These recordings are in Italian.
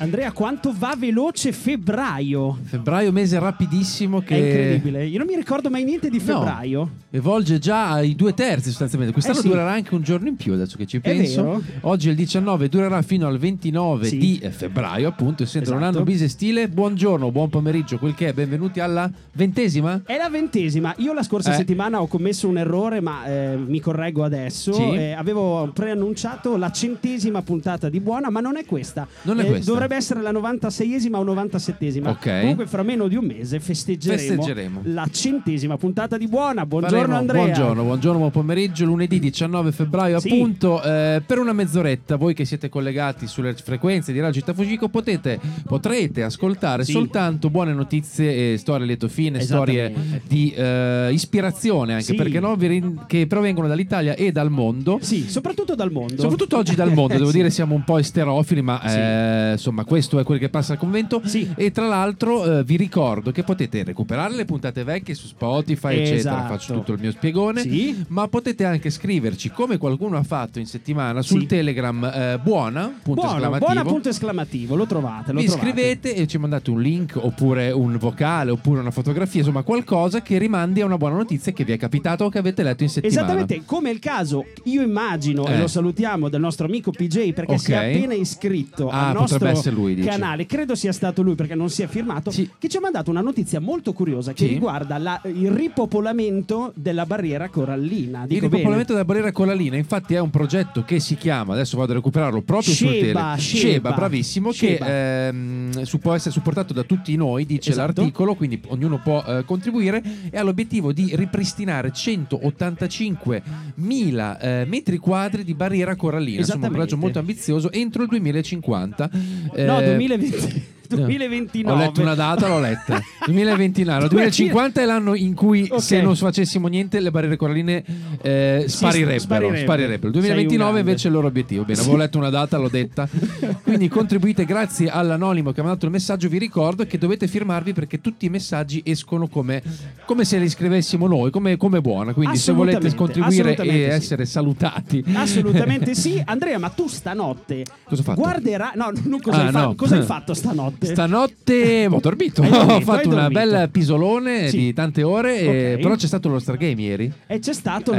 Andrea, quanto va veloce febbraio? Febbraio, mese rapidissimo che... È incredibile. Io non mi ricordo mai niente di febbraio. No, e volge già ai 2/3 sostanzialmente. Quest'anno sì. durerà anche un giorno in più, adesso che ci penso. vero. Oggi è il 19, durerà fino al 29 Sì. di febbraio, appunto, essendo un Esatto. anno bisestile. Buongiorno, buon pomeriggio, quel che è. Benvenuti alla 20ª. È la 20ª. Io la scorsa settimana ho commesso un errore, ma mi correggo adesso. Sì. Avevo preannunciato la 100ª puntata di Buona, ma non è questa. Non è questa. Dovrebbe essere la 96ª o 97ª. Ok. Comunque fra meno di un mese festeggeremo la 100ª puntata di Buona. Buongiorno Faremo, Andrea. buongiorno, buon pomeriggio. Lunedì 19 febbraio, Sì. appunto, per una mezz'oretta, voi che siete collegati sulle frequenze di Radio Città Fugico potrete ascoltare Sì. soltanto buone notizie e storie a lieto fine, storie Esattamente. di ispirazione, anche Sì. perché no, che provengono dall'Italia e dal mondo. Sì, soprattutto dal mondo. Soprattutto oggi dal mondo, devo Sì. dire siamo un po' esterofili, ma Sì. insomma questo è quel che passa al convento. Sì. E tra l'altro vi ricordo che potete recuperare le puntate vecchie su Spotify, eccetera. Esatto. Faccio tutto il mio spiegone. Sì. Ma potete anche scriverci, come qualcuno ha fatto in settimana, sul Sì. Telegram buona, punto esclamativo. Buona punto esclamativo, lo trovate. Vi scrivete e ci mandate un link oppure un vocale oppure una fotografia, insomma qualcosa che rimandi a una buona notizia che vi è capitato o che avete letto in settimana. Esattamente, come è il caso, io immagino, e lo salutiamo, del nostro amico PJ, perché si è appena iscritto al nostro potrebbe essere lui, dici. canale, credo sia stato lui perché non si è firmato, Sì. che ci ha mandato una notizia molto curiosa che Sì. riguarda il ripopolamento della barriera corallina. Il Dico ripopolamento bene? della barriera corallina, infatti, è un progetto che si chiama, adesso vado a recuperarlo proprio sul Sheba, Sheba, bravissimo, Sheba. che può essere supportato da tutti noi, dice Esatto. l'articolo, quindi ognuno può contribuire, e ha l'obiettivo di ripristinare 185.000 metri quadri di barriera corallina. Insomma, un progetto molto ambizioso entro il 2050. No, 2020. 2029. Ho letto una data, l'ho letta. 2029, 2050 è l'anno in cui, Ok. se non facessimo niente, le barriere coralline sparirebbero. 2029 invece è il loro obiettivo. Bene, avevo letto una data, l'ho detta. Quindi contribuite grazie all'anonimo che mi ha mandato il messaggio. Vi ricordo che dovete firmarvi perché tutti i messaggi escono come se li scrivessimo noi, come buona. Quindi se volete contribuire e essere salutati. Assolutamente sì. Andrea, ma tu stanotte Cosa ho fatto? guarderai... No, non cosa hai fatto stanotte? Stanotte ho dormito. Ho fatto una bella pisolone di tante ore, però c'è stato lo Star Game ieri. E c'è stato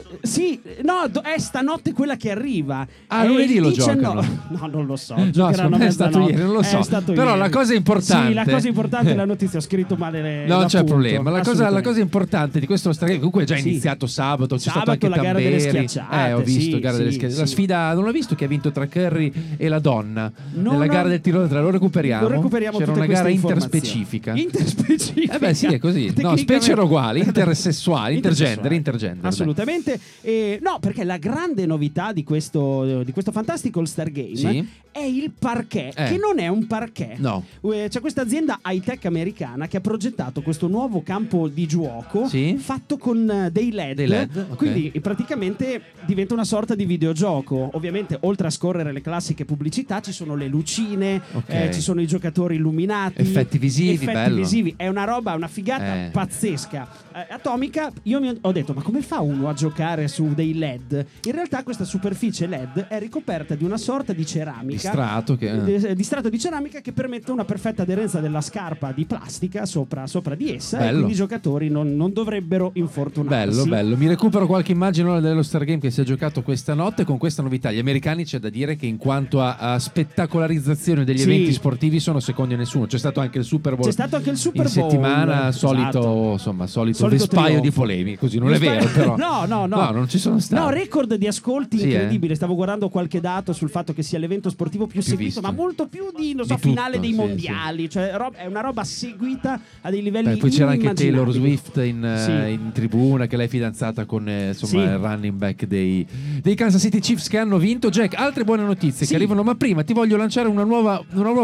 è stanotte quella che arriva. Lunedì lo giocano. No, non lo so. No, secondo me è stato ieri, non lo so. Però ieri. la cosa importante. Sì, la cosa importante è la notizia, ho scritto male. No, c'è l'appunto. problema. La cosa importante di questo Star Game, comunque è già iniziato sabato, c'è stato anche la gara delle schiacciate. Ho visto gara delle schiacciate. La sfida, non l'ho visto, che ha vinto tra Curry e la donna nella gara del tiro da tre. Lo recuperiamo. C'era una gara interspecifica. Interspecifica. Beh, sì, è così. No, specie erano uguali, intersessuali, intergender. Assolutamente. No, perché la grande novità di questo Fantastical Star Game è il parquet, che non è un parquet. No. C'è questa azienda high-tech americana che ha progettato questo nuovo campo di gioco fatto con dei LED. Okay. Quindi praticamente diventa una sorta di videogioco. Ovviamente, oltre a scorrere le classiche pubblicità, ci sono le lucine, ci sono i giocatori illuminati, effetti visivi, è una roba, una figata pazzesca, atomica. Io mi ho detto, ma come fa uno a giocare su dei LED? In realtà questa superficie LED è ricoperta di una sorta di ceramica, di strato di ceramica, che permette una perfetta aderenza della scarpa di plastica sopra di essa. E quindi i giocatori non dovrebbero infortunarsi. Bello. Mi recupero qualche immagine dello Star Game che si è giocato questa notte con questa novità. Gli americani, c'è da dire che in quanto a spettacolarizzazione degli eventi sportivi sono secondi a nessuno. C'è stato anche il Super Bowl. In settimana, solito vespaio di polemiche. Così non è vero, però. No, non ci sono stati. No, record di ascolti incredibile. Stavo guardando qualche dato sul fatto che sia l'evento sportivo più seguito, visto. ma molto più di tutto, finale dei mondiali. Cioè, è una roba seguita a dei livelli poi c'era anche Taylor inimmaginabili. Swift in tribuna, che lei è fidanzata con il running back dei Kansas City Chiefs, che hanno vinto. Jack, altre buone notizie che arrivano, ma prima ti voglio lanciare una nuova provocazione.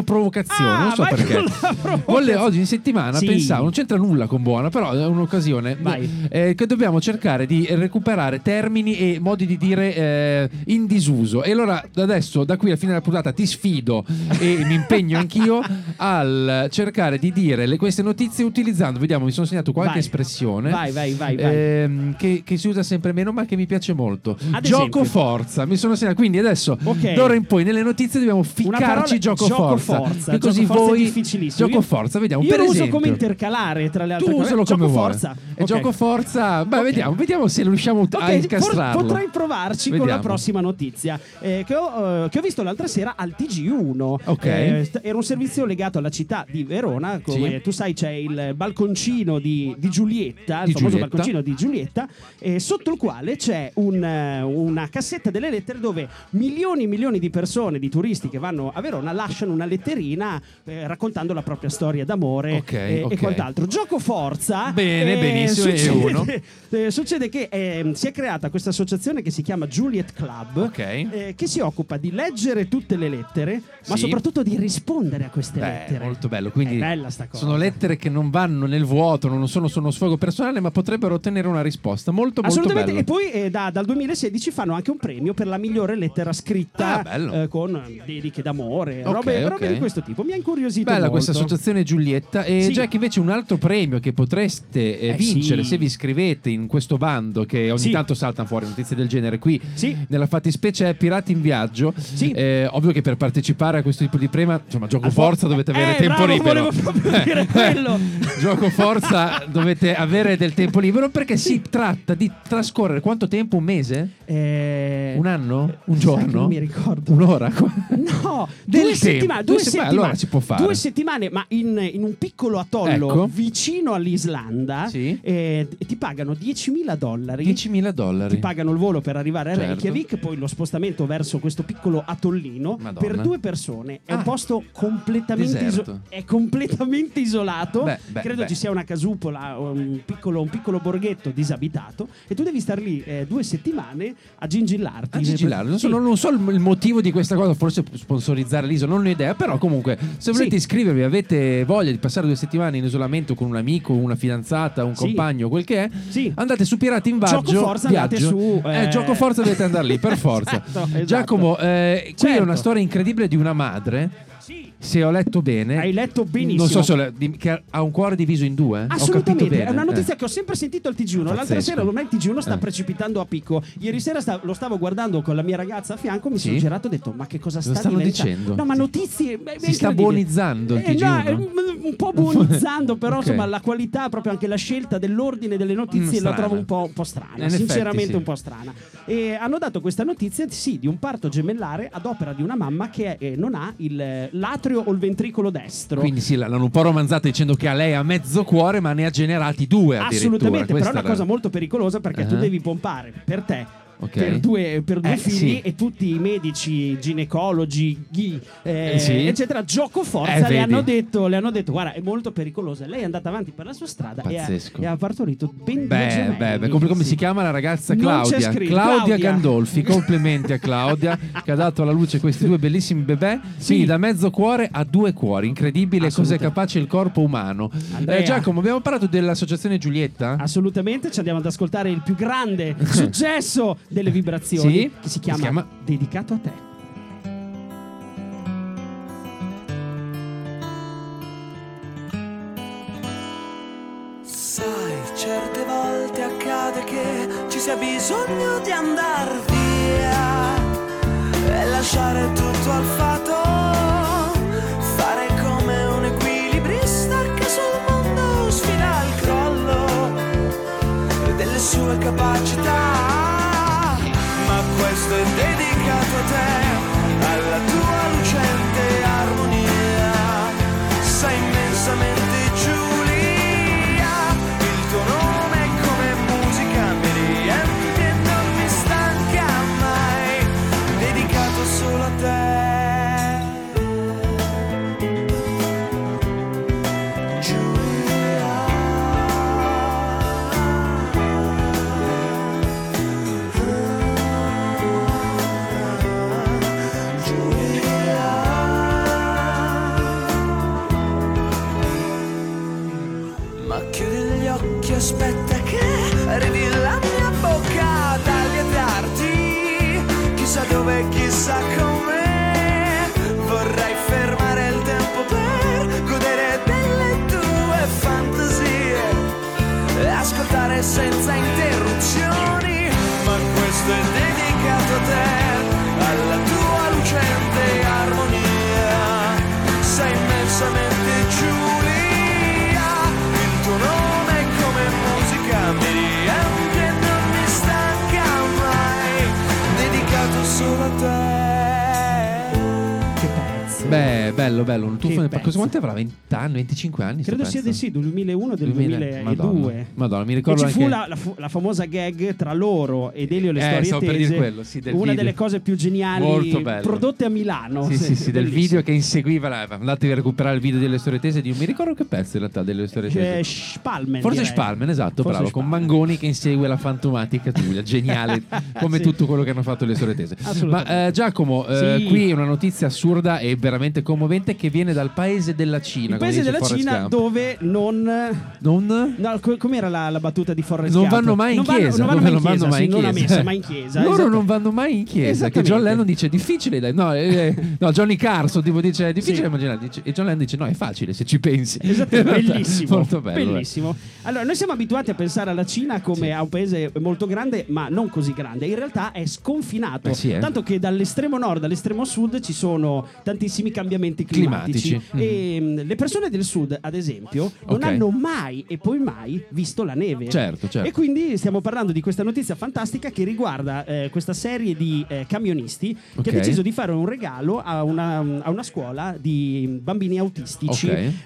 non so perché. Oggi in settimana pensavo, non c'entra nulla con buona, però è un'occasione che dobbiamo cercare di recuperare termini e modi di dire in disuso. E allora adesso, da qui alla fine della puntata, ti sfido e mi impegno anch'io al cercare di dire queste notizie utilizzando, vediamo, mi sono segnato qualche espressione che si usa sempre meno ma che mi piace molto. Gioco forza, mi sono segnato, quindi adesso d'ora in poi nelle notizie dobbiamo ficcarci gioco forza. E così voi gioco forza, vediamo. Io per lo esempio, uso come intercalare tra le altre cose. Usalo come vuoi. Forza. E gioco forza. Vediamo se riusciamo a incastrarlo. Potrei provarci con la prossima notizia che ho visto l'altra sera al TG1. Era un servizio legato alla città di Verona, come tu sai c'è il balconcino di Giulietta, il famoso balconcino di Giulietta, sotto il quale c'è una cassetta delle lettere dove milioni e milioni di persone, di turisti che vanno a Verona, lasciano una letterina raccontando la propria storia d'amore e quant'altro. Gioco forza. Benissimo. Succede che si è creata questa associazione che si chiama Juliet Club, che si occupa di leggere tutte le lettere, ma soprattutto di rispondere a queste lettere. Molto bello. Quindi è bella sta cosa. Sono lettere che non vanno nel vuoto, non sono uno sfogo personale, ma potrebbero ottenere una risposta. Molto bello. E poi dal 2016 fanno anche un premio per la migliore lettera scritta con dediche d'amore, robe di questo tipo. Mi ha incuriosito bella molto. Questa associazione Giulietta. E Jack, invece, un altro premio che potreste vincere se vi iscrivete in questo bando, che ogni tanto saltano fuori notizie del genere qui nella fattispecie, è Pirati in Viaggio. Ovvio che per partecipare a questo tipo di premio, insomma, gioco forza dovete avere tempo libero. Volevo proprio dire quello. Gioco forza dovete avere del tempo libero, perché si tratta di trascorrere quanto tempo? Un mese? Un anno? Un giorno? Non mi ricordo. Un'ora? No, 2 settimane. Allora si può fare 2 settimane, ma in un piccolo atollo vicino all'Islanda. Ti pagano $10.000. $10.000. Ti pagano il volo per arrivare a Reykjavik, poi lo spostamento verso questo piccolo atollino. Per 2 persone. È un posto completamente isolato. Credo ci sia una casupola, un piccolo borghetto disabitato, e tu devi star lì 2 settimane a gingillarti. Non so il motivo di questa cosa, forse sponsorizzare l'isola, non ho idea, però comunque se volete iscrivervi, avete voglia di passare 2 settimane in isolamento con un amico, una fidanzata, un compagno, quel che è, andate su Pirati in Viaggio. Gioco forza, andate su Gioco forza, dovete andare lì per forza. Esatto. Giacomo, qui è una storia incredibile di una madre. Se ho letto bene. Hai letto benissimo. Non so se che ha un cuore diviso in 2. Assolutamente. Ho capito bene. È una notizia che ho sempre sentito al TG1. L'altra sera ormai il TG1 sta precipitando a picco. Ieri sera lo stavo guardando con la mia ragazza a fianco. Mi sono girato e ho detto: ma che cosa stanno dicendo? No, ma notizie. Si sta buonizzando il TG1. Un po' buonizzando, però insomma la qualità, proprio anche la scelta dell'ordine delle notizie la trovo un po' strana. Sinceramente un po' strana. E hanno dato questa notizia di un parto gemellare ad opera di una mamma che non ha l'atrio o il ventricolo destro. Quindi l'hanno un po' romanzata dicendo che a lei ha mezzo cuore, ma ne ha generati 2 addirittura. Assolutamente, però è una cosa molto pericolosa, perché tu devi pompare per te, per due figli, e tutti i medici, ginecologi, eccetera, gioco forza le hanno detto guarda, è molto pericolosa. Lei è andata avanti per la sua strada e ha partorito ben 2 gemelli. Come si chiama la ragazza? Claudia Gandolfi. Complimenti a Claudia che ha dato alla luce questi 2 bellissimi bebè. Quindi da mezzo cuore a 2 cuori. Incredibile cos'è capace il corpo umano. Giacomo, abbiamo parlato dell'associazione Giulietta? Assolutamente, ci andiamo ad ascoltare il più grande successo delle vibrazioni, che si chiama Dedicato a te. Sai, certe volte accade che ci sia bisogno di andar via e lasciare tutto al fato, fare come un equilibrista che sul mondo sfida il crollo delle sue capacità. Ma questo è dedicato a te, alla tua lucente armonia. Sei immensamente Giulia, il tuo nome è come musica, mi riempie e non mi stanca mai, dedicato solo a te. Giulia. questo è dedicato a te, alla tua lucente armonia. Sei immensamente Giulia, il tuo nome come musica mi riempie e non mi stanca mai, dedicato solo a te. Beh, bello. Un tuffo quanti avrà? 20 anni, 25 anni? Credo sia del 2001 del 2002. Madonna, mi ricordo. E ci fu la famosa gag tra loro ed Elio Le Storie Tese, per dire quello, sì, una video. Delle cose più geniali prodotte a Milano. Sì, del video che inseguiva. Andatevi a recuperare il video delle Storie Tese. Non mi ricordo che pezzo in realtà delle Storie Tese. Spalmen. Forse Spalmen, esatto, bravo. Con Mangoni che insegue la fantomatica Giulia. Geniale, come tutto quello che hanno fatto le Storie Tese. Ma Giacomo, qui una notizia assurda e veramente commovente che viene dal paese della Cina. Il paese della Cina dove non? No, com'era la battuta di Forrest Gump? Non vanno mai in chiesa. Non vanno mai in chiesa. Non a messa, ma in chiesa. Loro non vanno mai in chiesa. Che John Lennon dice difficile. No, Johnny Carson tipo dice è difficile immaginare. E John Lennon dice no, è facile se ci pensi. Esatto, bellissimo. Molto bello. Bellissimo. Allora, noi siamo abituati a pensare alla Cina come a un paese molto grande, ma non così grande. In realtà è sconfinato. Tanto che dall'estremo nord all'estremo sud ci sono tantissimi cambiamenti climatici. E le persone del sud, ad esempio, non hanno mai e poi mai visto la neve. Certo. E quindi stiamo parlando di questa notizia fantastica che riguarda questa serie di camionisti che ha deciso di fare un regalo a una scuola di bambini autistici.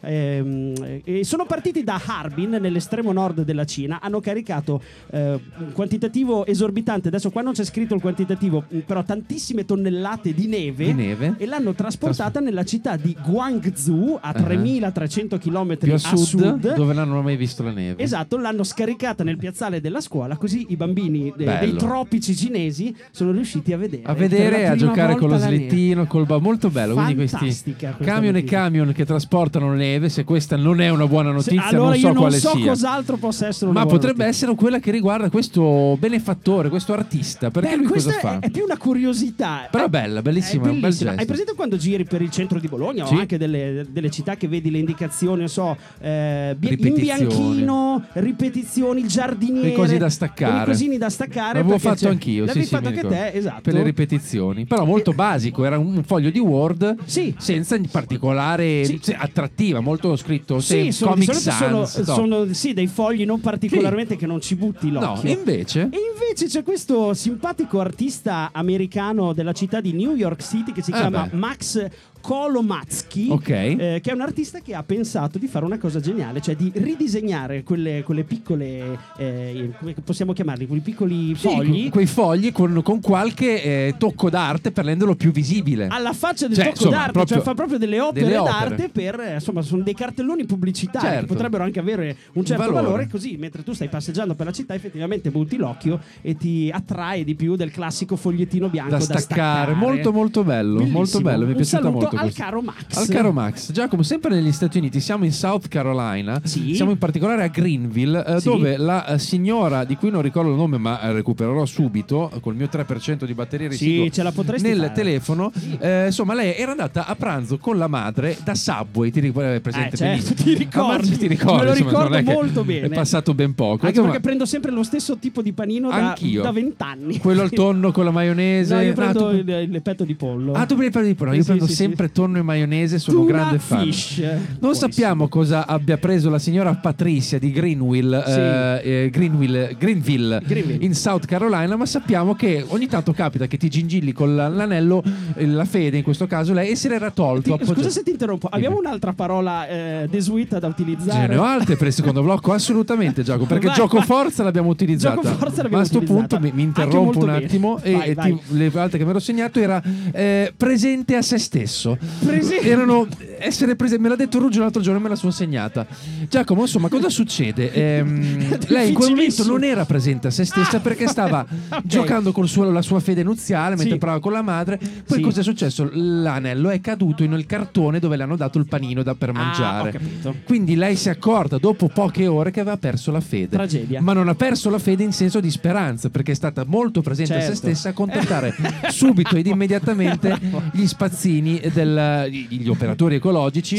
E sono partiti da Harbin, nell'estremo nord della Cina. Hanno caricato un quantitativo esorbitante, adesso qua non c'è scritto il quantitativo, però tantissime tonnellate di neve. E l'hanno trasportata nella città di Guangzhou, a 3300 km più a sud, dove non hanno mai visto la neve. Esatto, l'hanno scaricata nel piazzale della scuola, così i bambini dei tropici cinesi sono riusciti a vedere a giocare con lo slettino, molto bello. Quindi questi camion e camion che trasportano neve, se questa non è una buona notizia, allora non so quale sia. Non so cos'altro possa essere una ma buona potrebbe notizia. essere quella che riguarda questo benefattore, questo artista, perché lui cosa fa? È più una curiosità. Però bella, bellissima. Hai presente quando giri per il centro di Bologna o anche delle città che vedi le indicazioni, non so, in bianchino, ripetizioni, il giardiniere, le cose da staccare. Cosini da staccare. L'avevo fatto anch'io. L'avevi fatto anche te, esatto. Per le ripetizioni. Però molto basico, era un foglio di Word senza in particolare attrattiva, molto scritto. Comic Sans. Sono dei fogli non particolarmente che non ci butti l'occhio. No, invece c'è questo simpatico artista americano della città di New York City che si chiama Max Kolomatsky, che è un artista che ha pensato di fare una cosa geniale, cioè di ridisegnare quelle piccole, come possiamo chiamarli, quei piccoli fogli. Quei fogli con qualche tocco d'arte per renderlo più visibile. Alla faccia del tocco d'arte, cioè fa proprio delle opere d'arte per, insomma, sono dei cartelloni pubblicitari che potrebbero anche avere un certo valore, così mentre tu stai passeggiando per la città effettivamente butti l'occhio e ti attrae di più del classico fogliettino bianco da staccare. Molto molto bello. Bellissimo. Molto bello, mi è piaciuto molto. Al caro Max. Al caro Max. Giacomo, sempre negli Stati Uniti, siamo in South Carolina, siamo in particolare a Greenville, dove la signora, di cui non ricordo il nome ma recupererò subito col mio 3% di batteria residuo ce la potresti nel fare. Telefono, insomma lei era andata a pranzo con la madre da Subway, ti ricordi? Presente certo, ti ricordi, me lo ricordo molto bene, è passato ben poco, anche perché prendo sempre lo stesso tipo di panino da 20 anni, quello al tonno con la maionese. No, io prendo il petto di pollo. Tu prendi il petto di pollo, io prendo sempre tonno e maionese, sono un grande fan. Non sappiamo cosa abbia preso la signora Patricia di Greenville in South Carolina, ma sappiamo che ogni tanto capita che ti gingilli con l'anello, la fede in questo caso lei, e se l'era tolto. Scusa se ti interrompo, abbiamo un'altra parola desueta da utilizzare? Ce ne ho altre per il secondo blocco, assolutamente, Giacomo, perché gioco forza l'abbiamo utilizzata. Ma a questo punto mi interrompo un attimo e le altre che mi ero segnato era presente a se stesso. Erano essere presente, me l'ha detto Ruggio l'altro giorno e me la sono segnata. Giacomo, insomma, cosa succede? Lei in quel momento non era presente a se stessa perché stava giocando con la sua fede nuziale mentre parlava con la madre. Poi cosa è successo? L'anello è caduto nel cartone dove le hanno dato il panino per mangiare. Ho capito. Quindi lei si è accorta dopo poche ore che aveva perso la fede. Tragedia. Ma non ha perso la fede in senso di speranza, perché è stata molto presente a se stessa a contattare subito ed immediatamente gli spazzini gli operatori ecologici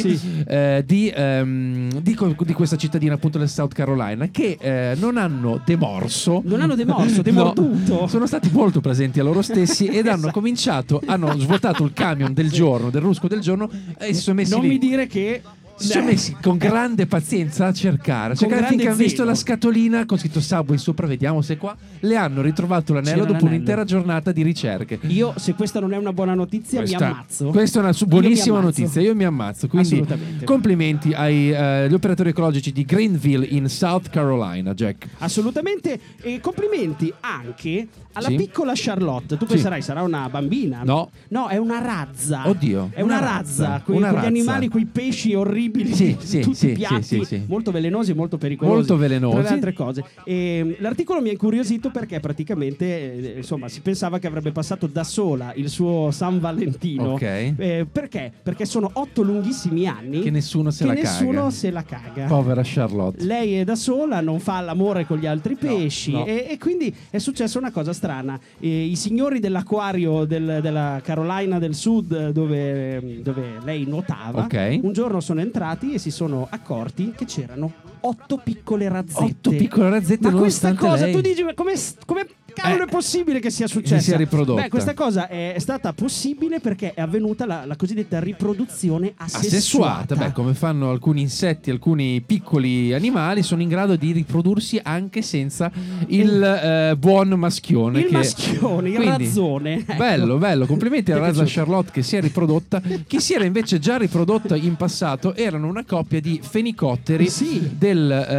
di questa cittadina appunto del South Carolina, che non hanno demorso, demorduto. Sono stati molto presenti a loro stessi ed hanno cominciato, hanno svuotato il camion del giorno, del rusco del giorno, e si sono messi non mi dire che si sono messi con grande pazienza a cercare finché hanno visto la scatolina con scritto Subway sopra, vediamo se qua le hanno ritrovato l'anello dopo un'intera giornata di ricerche. Io, se questa non è una buona notizia, mi ammazzo. Questa è una buonissima notizia, io mi ammazzo. Quindi complimenti agli operatori ecologici di Greenville in South Carolina, Jack. Assolutamente, e complimenti anche alla piccola Charlotte. Tu penserai sarà una bambina? No, è una razza. Oddio, è una razza. Quegli animali, quei pesci orribili, tutti piatti, molto velenosi e molto pericolosi. Molto velenosi. Tra le altre cose. E l'articolo mi ha incuriosito perché praticamente insomma si pensava che avrebbe passato da sola il suo San Valentino. Perché? Perché sono 8 lunghissimi anni che nessuno se la caga. Povera Charlotte. Lei è da sola, non fa l'amore con gli altri pesci. E quindi è successa una cosa strana. I signori dell'acquario della Carolina del Sud, dove lei nuotava, un giorno sono entrati e si sono accorti che c'erano 8 piccole razzette. 8 piccole razzette. Ma questa cosa, tu dici, come cavolo è possibile che sia successa? Che sia riprodotta. Beh, questa cosa è stata possibile perché è avvenuta la cosiddetta riproduzione asessuata. Beh, come fanno alcuni insetti, alcuni piccoli animali sono in grado di riprodursi anche senza il buon maschione. Il razzone. Ecco. Bello, complimenti alla razza Charlotte che si è riprodotta. Chi si era invece già riprodotta in passato erano una coppia di fenicotteri di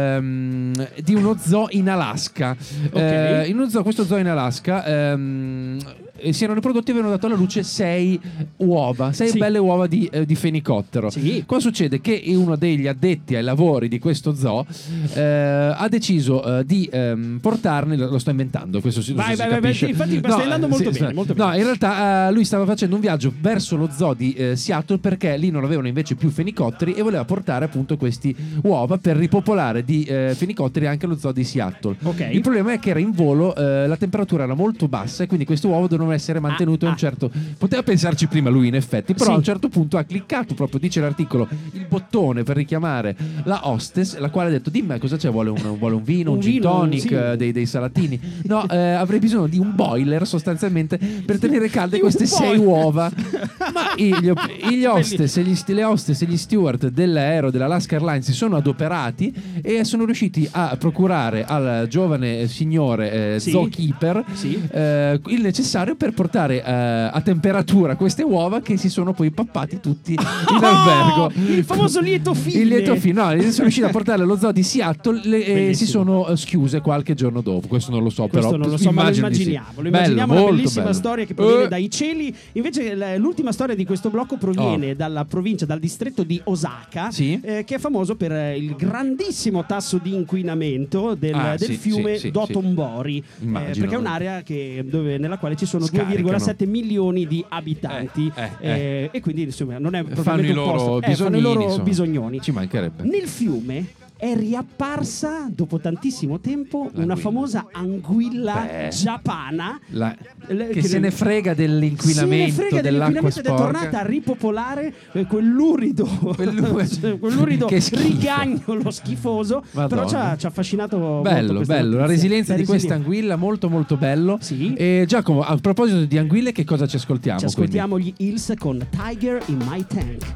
uno zoo in Alaska. Questo zoo in Alaska si erano riprodotti e avevano dato alla luce 6 uova, 6 belle uova di fenicottero. Cosa succede? Che uno degli addetti ai lavori di questo zoo ha deciso di portarne, lo sto inventando, questo si capisce. Infatti stai andando molto bene. No, in realtà lui stava facendo un viaggio verso lo zoo di Seattle perché lì non avevano invece più fenicotteri e voleva portare appunto questi uova per ripopolare di fenicotteri anche lo zoo di Seattle. Il problema è che era in volo, la temperatura era molto bassa e quindi questo uovo dovevano essere mantenute a un certo... Poteva pensarci prima lui in effetti, però a un certo punto ha cliccato, proprio dice l'articolo, il bottone per richiamare la hostess, la quale ha detto dimmi cosa c'è, vuole un vino, un gin tonic, dei salatini. No, avrei bisogno di un boiler sostanzialmente per tenere calde queste 6 uova. Ma le hostess e gli steward dell'aereo dell'Alaska Airlines si sono adoperati e sono riusciti a procurare al giovane signore zookeeper il necessario per portare a temperatura queste uova che si sono poi pappati tutti in albergo. Il famoso lieto fine. Il lieto fine, no, sono riusciti a portarle allo zoo di Seattle e si sono schiuse qualche giorno dopo. Questo non lo so, questo però non lo so, ma lo immaginiamo. Una bellissima storia che proviene dai cieli. Invece l'ultima storia di questo blocco proviene dalla provincia, dal distretto di Osaka, che è famoso per il grandissimo tasso di inquinamento del fiume Dotonbori, perché è un'area nella quale ci sono 2,7 milioni di abitanti e quindi insomma non è probabilmente un posto, fanno i loro bisognoni. Ci mancherebbe. Nel fiume è riapparsa dopo tantissimo tempo una famosa anguilla giapana che se ne frega dell'inquinamento, dell'acqua sporca, ed è tornata a ripopolare quell'urido rigagnolo schifoso. Madonna. Però ci ha affascinato bello la resilienza di questa anguilla, molto molto bello. E Giacomo, a proposito di anguille, che cosa ci ascoltiamo? Ci ascoltiamo gli Hills con Tiger in My Tank.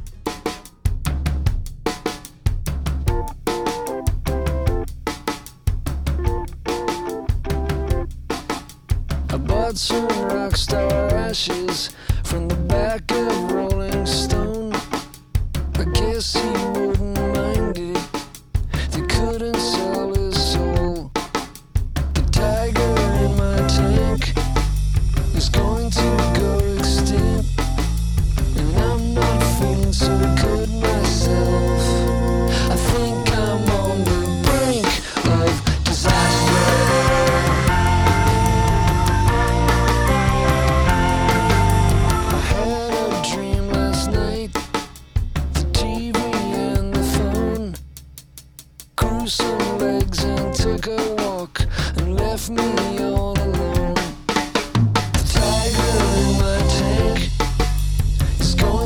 Some rock star ashes from the back of Rolling Stone. I guess he wouldn't mind it. They couldn't sell his soul. The tiger in my tank is going to go extinct, and I'm not feeling so good myself. I think I'm on the brink of disaster. Some legs and took a walk and left me all alone. The tiger in my tank is going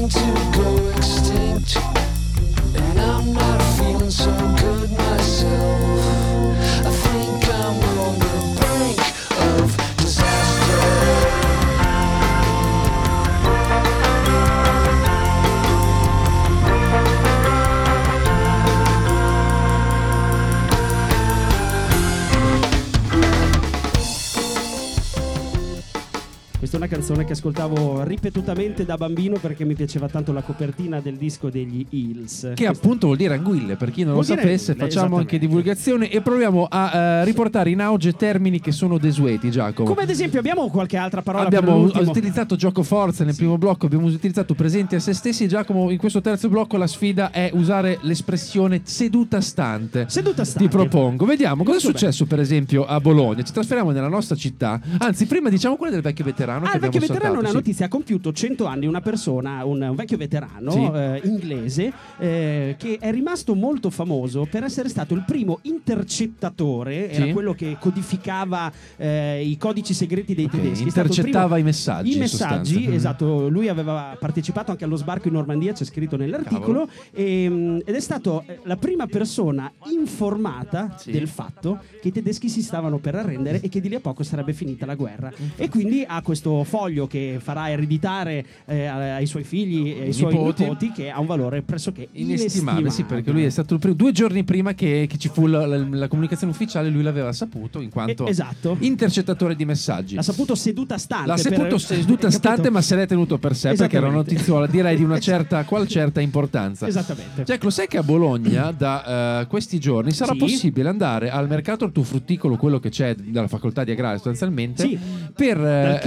una canzone che ascoltavo ripetutamente da bambino perché mi piaceva tanto la copertina del disco degli Hills. Che appunto vuol dire anguille, per chi non lo sapesse, facciamo anche divulgazione e proviamo a riportare in auge termini che sono desueti, Giacomo. Come ad esempio, abbiamo qualche altra parola? Abbiamo utilizzato gioco forza nel primo blocco, abbiamo utilizzato presenti a se stessi. Giacomo, in questo terzo blocco la sfida è usare l'espressione seduta stante. Seduta stante. Ti propongo, vediamo cosa è successo per esempio a Bologna. Ci trasferiamo nella nostra città. Anzi, prima diciamo quella del vecchio veterano. Il vecchio veterano è una notizia. Ha compiuto 100 anni una persona, un vecchio veterano inglese che è rimasto molto famoso per essere stato il primo intercettatore. Era quello che codificava i codici segreti dei tedeschi. Intercettava i messaggi. I messaggi, esatto. Lui aveva partecipato anche allo sbarco in Normandia, c'è scritto nell'articolo, ed è stato la prima persona informata del fatto che i tedeschi si stavano per arrendere e che di lì a poco sarebbe finita la guerra. E quindi ha questo foglio che farà ereditare ai suoi figli e ai suoi nipoti, che ha un valore pressoché inestimabile. Sì, perché lui è stato il primo, 2 giorni prima che ci fu la comunicazione ufficiale, lui l'aveva saputo in quanto intercettatore di messaggi. L'ha saputo seduta stante. L'ha saputo seduta stante, ma se l'è tenuto per sé perché era una notiziola, direi di una certa importanza. Esattamente. Jack, lo sai che a Bologna da questi giorni sarà possibile andare al mercato ortofrutticolo, quello che c'è dalla facoltà di agraria sostanzialmente, per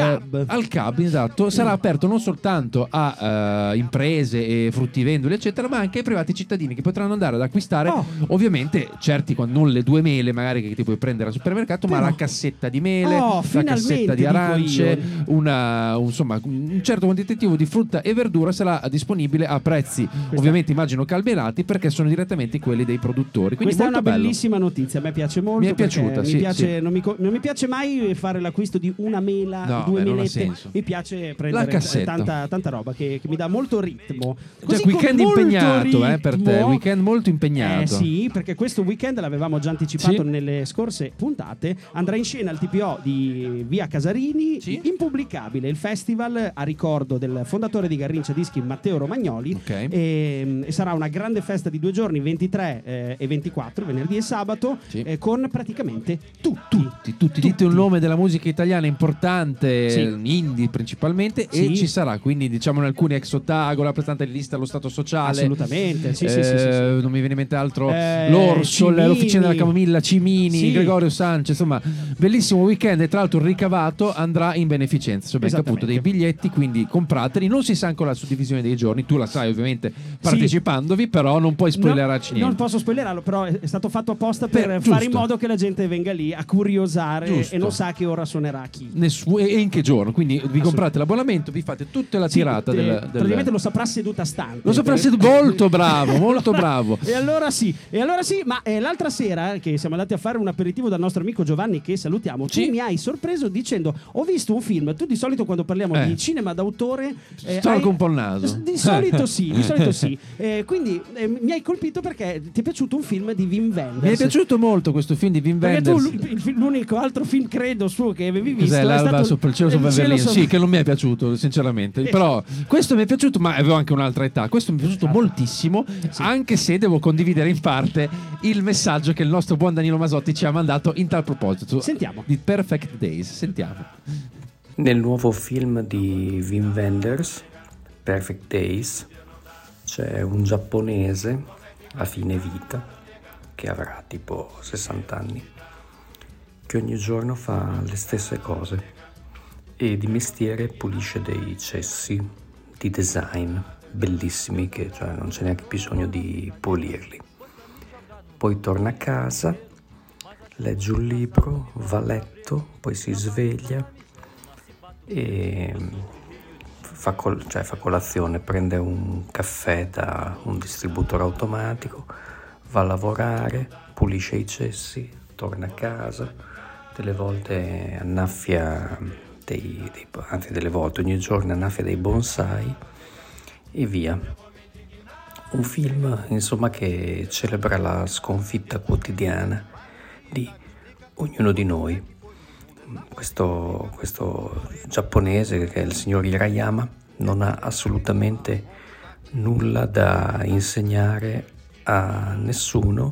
al CAB, esatto, sarà aperto non soltanto a imprese e fruttivendoli eccetera, ma anche ai privati cittadini che potranno andare ad acquistare ovviamente certi, non le 2 mele magari che ti puoi prendere al supermercato, ma la cassetta di mele, la cassetta di arance, insomma un certo quantitativo di frutta e verdura sarà disponibile a prezzi ovviamente immagino calmierati, perché sono direttamente quelli dei produttori. Quindi questa è una bello. Bellissima notizia, a me piace molto. Mi è piaciuta, non mi piace mai fare l'acquisto di una mela, 2 melette. Mi piace prendere tanta roba che mi dà molto ritmo. Così, weekend impegnato per te, weekend molto impegnato. Sì, perché questo weekend l'avevamo già anticipato nelle scorse puntate. Andrà in scena il TPO di Via Casarini, Impubblicabile, il festival a ricordo del fondatore di Garrincia Dischi Matteo Romagnoli, e sarà una grande festa di 2 giorni, 23 e 24, venerdì e sabato, con praticamente tutti. Dite un nome della musica italiana importante, indie principalmente, e ci sarà quindi diciamo in alcuni ex Ottago, rappresentante di lista allo Stato Sociale, assolutamente, non mi viene in mente altro, l'Orso, l'Officina della Camomilla, Cimini, Gregorio Sanchez, insomma bellissimo weekend, e tra l'altro il ricavato andrà in beneficenza, appunto dei biglietti, quindi comprateli. Non si sa ancora la suddivisione dei giorni, tu la sai ovviamente partecipandovi, però non puoi spoilerarci niente. Non posso spoilerarlo, però è stato fatto apposta per fare in modo che la gente venga lì a curiosare e non sa che ora suonerà chi e in che giorno, quindi vi comprate l'abbonamento, vi fate tutta la tirata praticamente lo saprà seduta stante. Lo saprà molto bravo, molto bravo. E allora sì, ma l'altra sera che siamo andati a fare un aperitivo dal nostro amico Giovanni, che salutiamo, tu mi hai sorpreso dicendo: ho visto un film. Tu di solito quando parliamo di cinema d'autore storco un po' il naso. Di solito sì. Quindi mi hai colpito perché ti è piaciuto un film di Wim Wenders. Mi è piaciuto molto questo film di Wim Wenders. Tu l'unico altro film credo suo che avevi visto è L'alba sopra il cielo sopra Berlino. Sì, che non mi è piaciuto sinceramente, però questo mi è piaciuto, ma avevo anche un'altra età. Questo mi è piaciuto moltissimo, anche se devo condividere in parte il messaggio che il nostro buon Danilo Masotti ci ha mandato in tal proposito. Sentiamo. Di Perfect Days, sentiamo. Nel nuovo film di Wim Wenders, Perfect Days, c'è un giapponese a fine vita che avrà tipo 60 anni, che ogni giorno fa le stesse cose e di mestiere pulisce dei cessi di design bellissimi che non c'è neanche bisogno di pulirli. Poi torna a casa, legge un libro, va a letto, poi si sveglia e fa colazione, prende un caffè da un distributore automatico, va a lavorare, pulisce i cessi, torna a casa, delle volte annaffia delle volte ogni giorno annaffia dei bonsai e via. Un film insomma che celebra la sconfitta quotidiana di ognuno di noi. Questo giapponese, che è il signor Hirayama, non ha assolutamente nulla da insegnare a nessuno,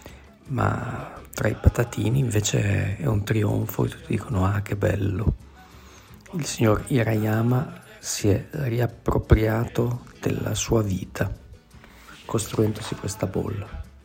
ma tra i patatini invece è un trionfo e tutti dicono: ah, che bello. il signor Hirayama si è riappropriato della sua vita costruendosi questa bolla.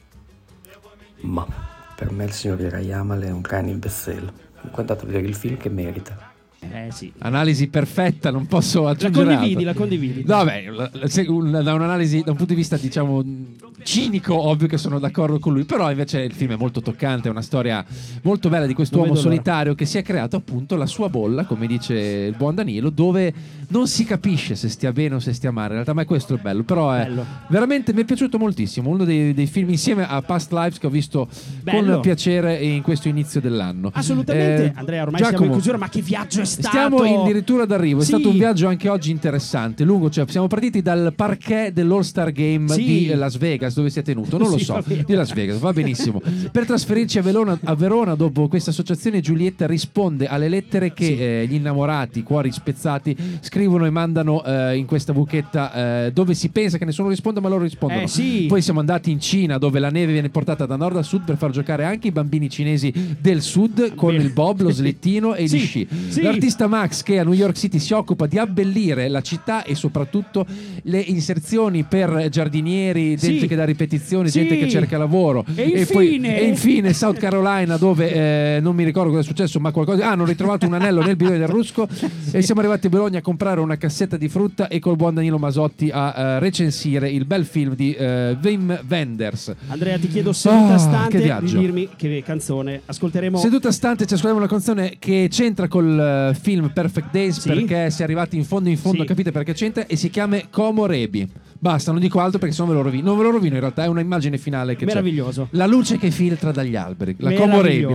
Ma per me il signor Hirayama è un cane imbecille. Comunque andate a vedere il film che merita. Sì. Analisi perfetta, non posso aggiungere. La condividi. Vabbè, da un'analisi, da un punto di vista diciamo cinico, ovvio che sono d'accordo con lui, però invece il film è molto toccante, è una storia molto bella di quest'uomo solitario che si è creato appunto la sua bolla, come dice il buon Danilo, dove non si capisce se stia bene o se stia male, in realtà, ma è questo il bello, però è veramente, mi è piaciuto moltissimo, uno dei film insieme a Past Lives che ho visto con piacere in questo inizio dell'anno. Assolutamente, Andrea, ormai Giacomo, siamo in chiusura, ma che viaggio è stato? Stiamo addirittura d'arrivo, è stato un viaggio anche oggi interessante, lungo, cioè siamo partiti dal parquet dell'All-Star Game di Las Vegas, dove si è tenuto, non lo so, di Las Vegas, va benissimo, per trasferirci a Verona dopo questa associazione. Giulietta risponde alle lettere che gli innamorati, cuori spezzati, scrivono e mandano in questa buchetta dove si pensa che nessuno risponda, ma loro rispondono. Poi siamo andati in Cina, dove la neve viene portata da nord a sud per far giocare anche i bambini cinesi del sud con il bob, lo slittino e gli sci. L'artista Max, che a New York City si occupa di abbellire la città e soprattutto le inserzioni per giardinieri, gente che dà ripetizioni, gente che cerca lavoro, e infine South Carolina, dove non mi ricordo cosa è successo, ma qualcosa, hanno ritrovato un anello nel bivio del Rusco, e siamo arrivati a Bologna a comprare una cassetta di frutta e col buon Danilo Masotti a recensire il bel film di Wim Wenders. Andrea, ti chiedo seduta stante di dirmi che canzone ascolteremo. Seduta stante, ci ascoltiamo una canzone che c'entra col film Perfect Days, perché si è arrivati in fondo, capite perché c'entra, e si chiama Como Rebi. Basta, non dico altro perché se no ve lo rovino. Non ve lo rovino, in realtà è una immagine finale che meraviglioso. C'è. La luce che filtra dagli alberi, la Como Rebi,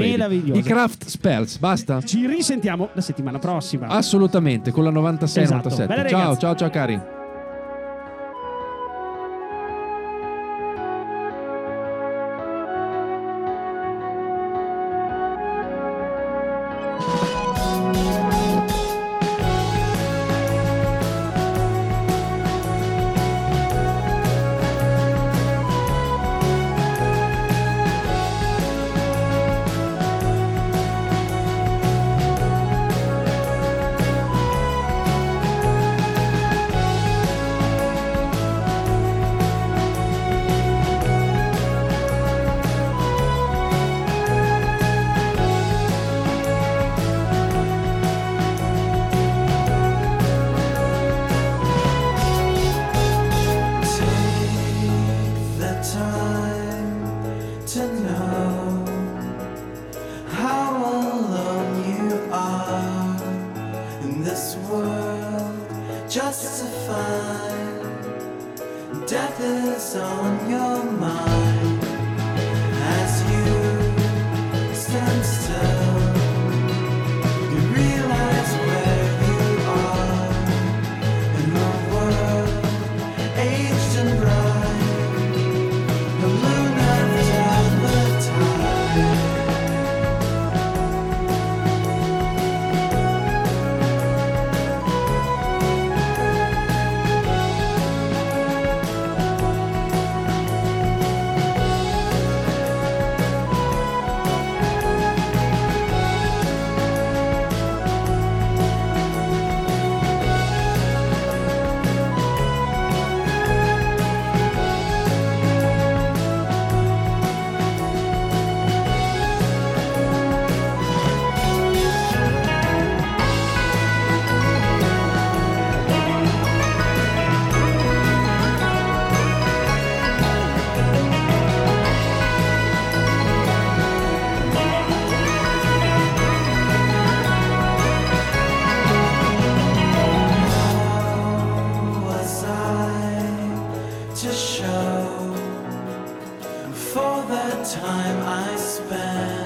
i Craft Spells. Basta. Ci risentiamo la settimana prossima. Assolutamente, con la 96-97. Bene, ciao cari. to show for the time I spent